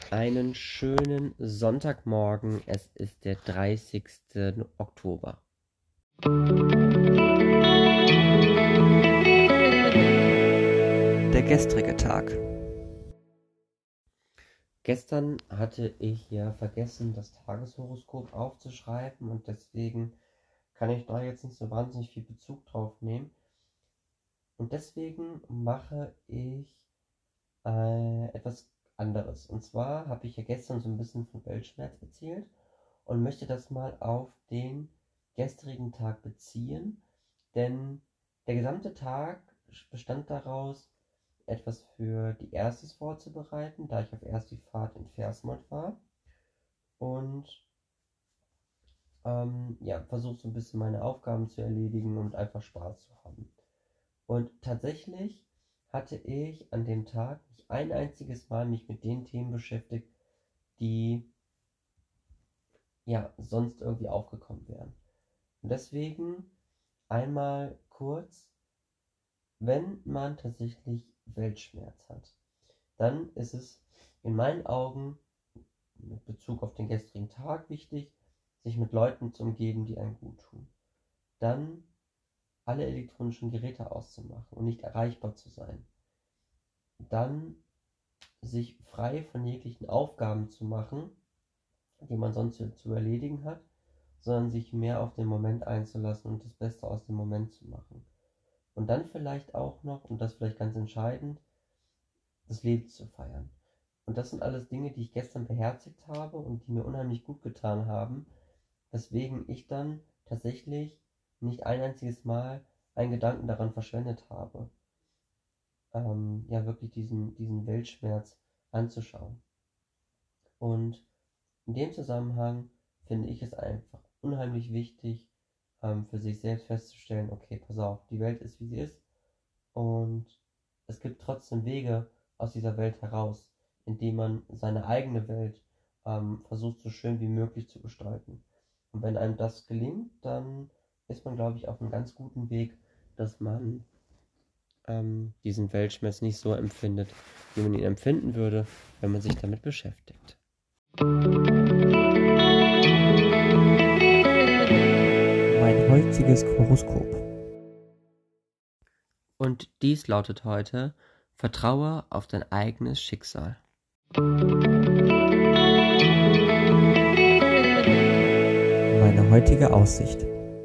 Einen schönen Sonntagmorgen. Es ist der 30. Oktober. Der gestrige Tag. Gestern hatte ich ja vergessen, das Tageshoroskop aufzuschreiben und deswegen kann ich da jetzt nicht so wahnsinnig viel Bezug drauf nehmen. Und deswegen mache ich etwas anderes. Und zwar habe ich ja gestern so ein bisschen von Weltschmerz erzählt und möchte das mal auf den gestrigen Tag beziehen, denn der gesamte Tag bestand daraus, etwas für die Erstes vorzubereiten, da ich auf Erstifahrt in Versmold war und ja, versucht so ein bisschen meine Aufgaben zu erledigen und einfach Spaß zu haben. Und tatsächlich hatte ich an dem Tag nicht ein einziges Mal mich mit den Themen beschäftigt, die ja sonst irgendwie aufgekommen wären. Und deswegen einmal kurz, wenn man tatsächlich Weltschmerz hat, dann ist es in meinen Augen mit Bezug auf den gestrigen Tag wichtig, sich mit Leuten zu umgeben, die einem gut tun. Dann alle elektronischen Geräte auszumachen und nicht erreichbar zu sein. Dann sich frei von jeglichen Aufgaben zu machen, die man sonst zu erledigen hat, sondern sich mehr auf den Moment einzulassen und das Beste aus dem Moment zu machen. Und dann vielleicht auch noch, und das vielleicht ganz entscheidend, das Leben zu feiern. Und das sind alles Dinge, die ich gestern beherzigt habe und die mir unheimlich gut getan haben, weswegen ich dann tatsächlich nicht ein einziges Mal einen Gedanken daran verschwendet habe, ja wirklich diesen Weltschmerz anzuschauen. Und in dem Zusammenhang finde ich es einfach unheimlich wichtig, für sich selbst festzustellen, okay, pass auf, die Welt ist, wie sie ist und es gibt trotzdem Wege aus dieser Welt heraus, indem man seine eigene Welt versucht, so schön wie möglich zu gestalten. Und wenn einem das gelingt, dann ist man, glaube ich, auf einem ganz guten Weg, dass man diesen Weltschmerz nicht so empfindet, wie man ihn empfinden würde, wenn man sich damit beschäftigt. Mein heutiges Horoskop. Und dies lautet heute: Vertraue auf dein eigenes Schicksal. Meine heutige Aussicht.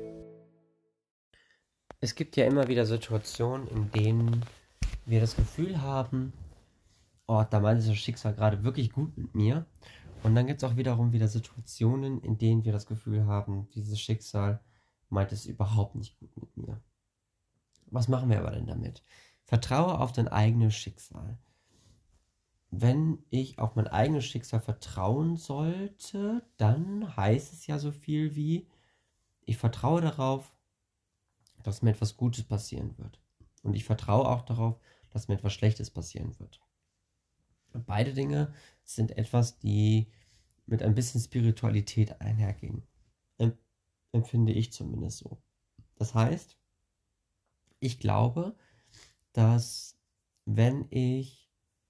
Es gibt ja immer wieder Situationen, in denen wir das Gefühl haben, oh, da meint das Schicksal gerade wirklich gut mit mir. Und dann gibt es auch wiederum wieder Situationen, in denen wir das Gefühl haben, dieses Schicksal meint es überhaupt nicht gut mit mir. Was machen wir aber denn damit? Vertraue auf dein eigenes Schicksal. Wenn ich auf mein eigenes Schicksal vertrauen sollte, dann heißt es ja so viel wie, ich vertraue darauf, dass mir etwas Gutes passieren wird. Und ich vertraue auch darauf, dass mir etwas Schlechtes passieren wird. Und beide Dinge sind etwas, die mit ein bisschen Spiritualität einhergehen. Empfinde ich zumindest so. Das heißt, ich glaube, dass wenn ich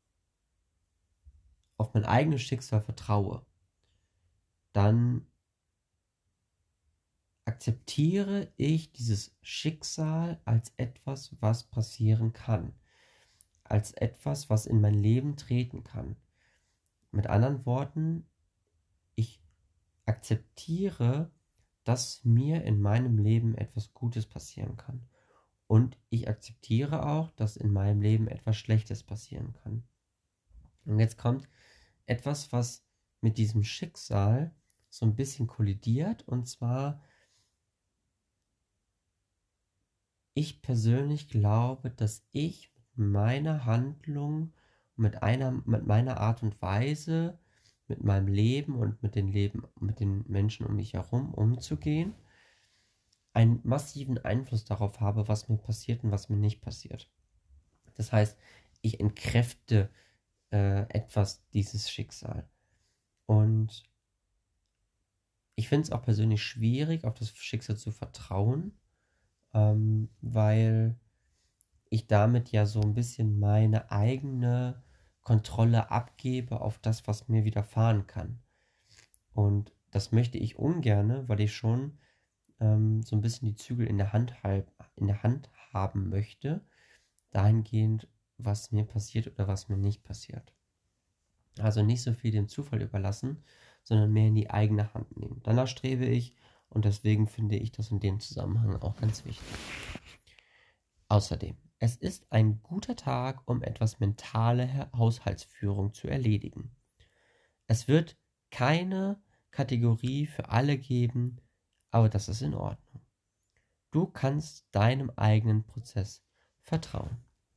auf mein eigenes Schicksal vertraue, dann akzeptiere ich dieses Schicksal als etwas, was passieren kann, als etwas, was in mein Leben treten kann. Mit anderen Worten, ich akzeptiere, dass mir in meinem Leben etwas Gutes passieren kann. Und ich akzeptiere auch, dass in meinem Leben etwas Schlechtes passieren kann. Und jetzt kommt etwas, was mit diesem Schicksal so ein bisschen kollidiert. Und zwar, ich persönlich glaube, dass ich mit meiner Handlung, mit meiner Art und Weise, mit meinem Leben und mit den Menschen um mich herum umzugehen, einen massiven Einfluss darauf habe, was mir passiert und was mir nicht passiert. Das heißt, ich entkräfte etwas dieses Schicksal. Und ich finde es auch persönlich schwierig, auf das Schicksal zu vertrauen, weil ich damit ja so ein bisschen meine eigene Kontrolle abgebe auf das, was mir widerfahren kann. Und das möchte ich ungerne, weil ich schon so ein bisschen die Zügel in der Hand haben möchte, dahingehend, was mir passiert oder was mir nicht passiert. Also nicht so viel dem Zufall überlassen, sondern mehr in die eigene Hand nehmen. Danach strebe ich und deswegen finde ich das in dem Zusammenhang auch ganz wichtig. Außerdem, es ist ein guter Tag, um etwas mentale Haushaltsführung zu erledigen. Es wird keine Kategorie für alle geben, aber das ist in Ordnung. Du kannst deinem eigenen Prozess vertrauen.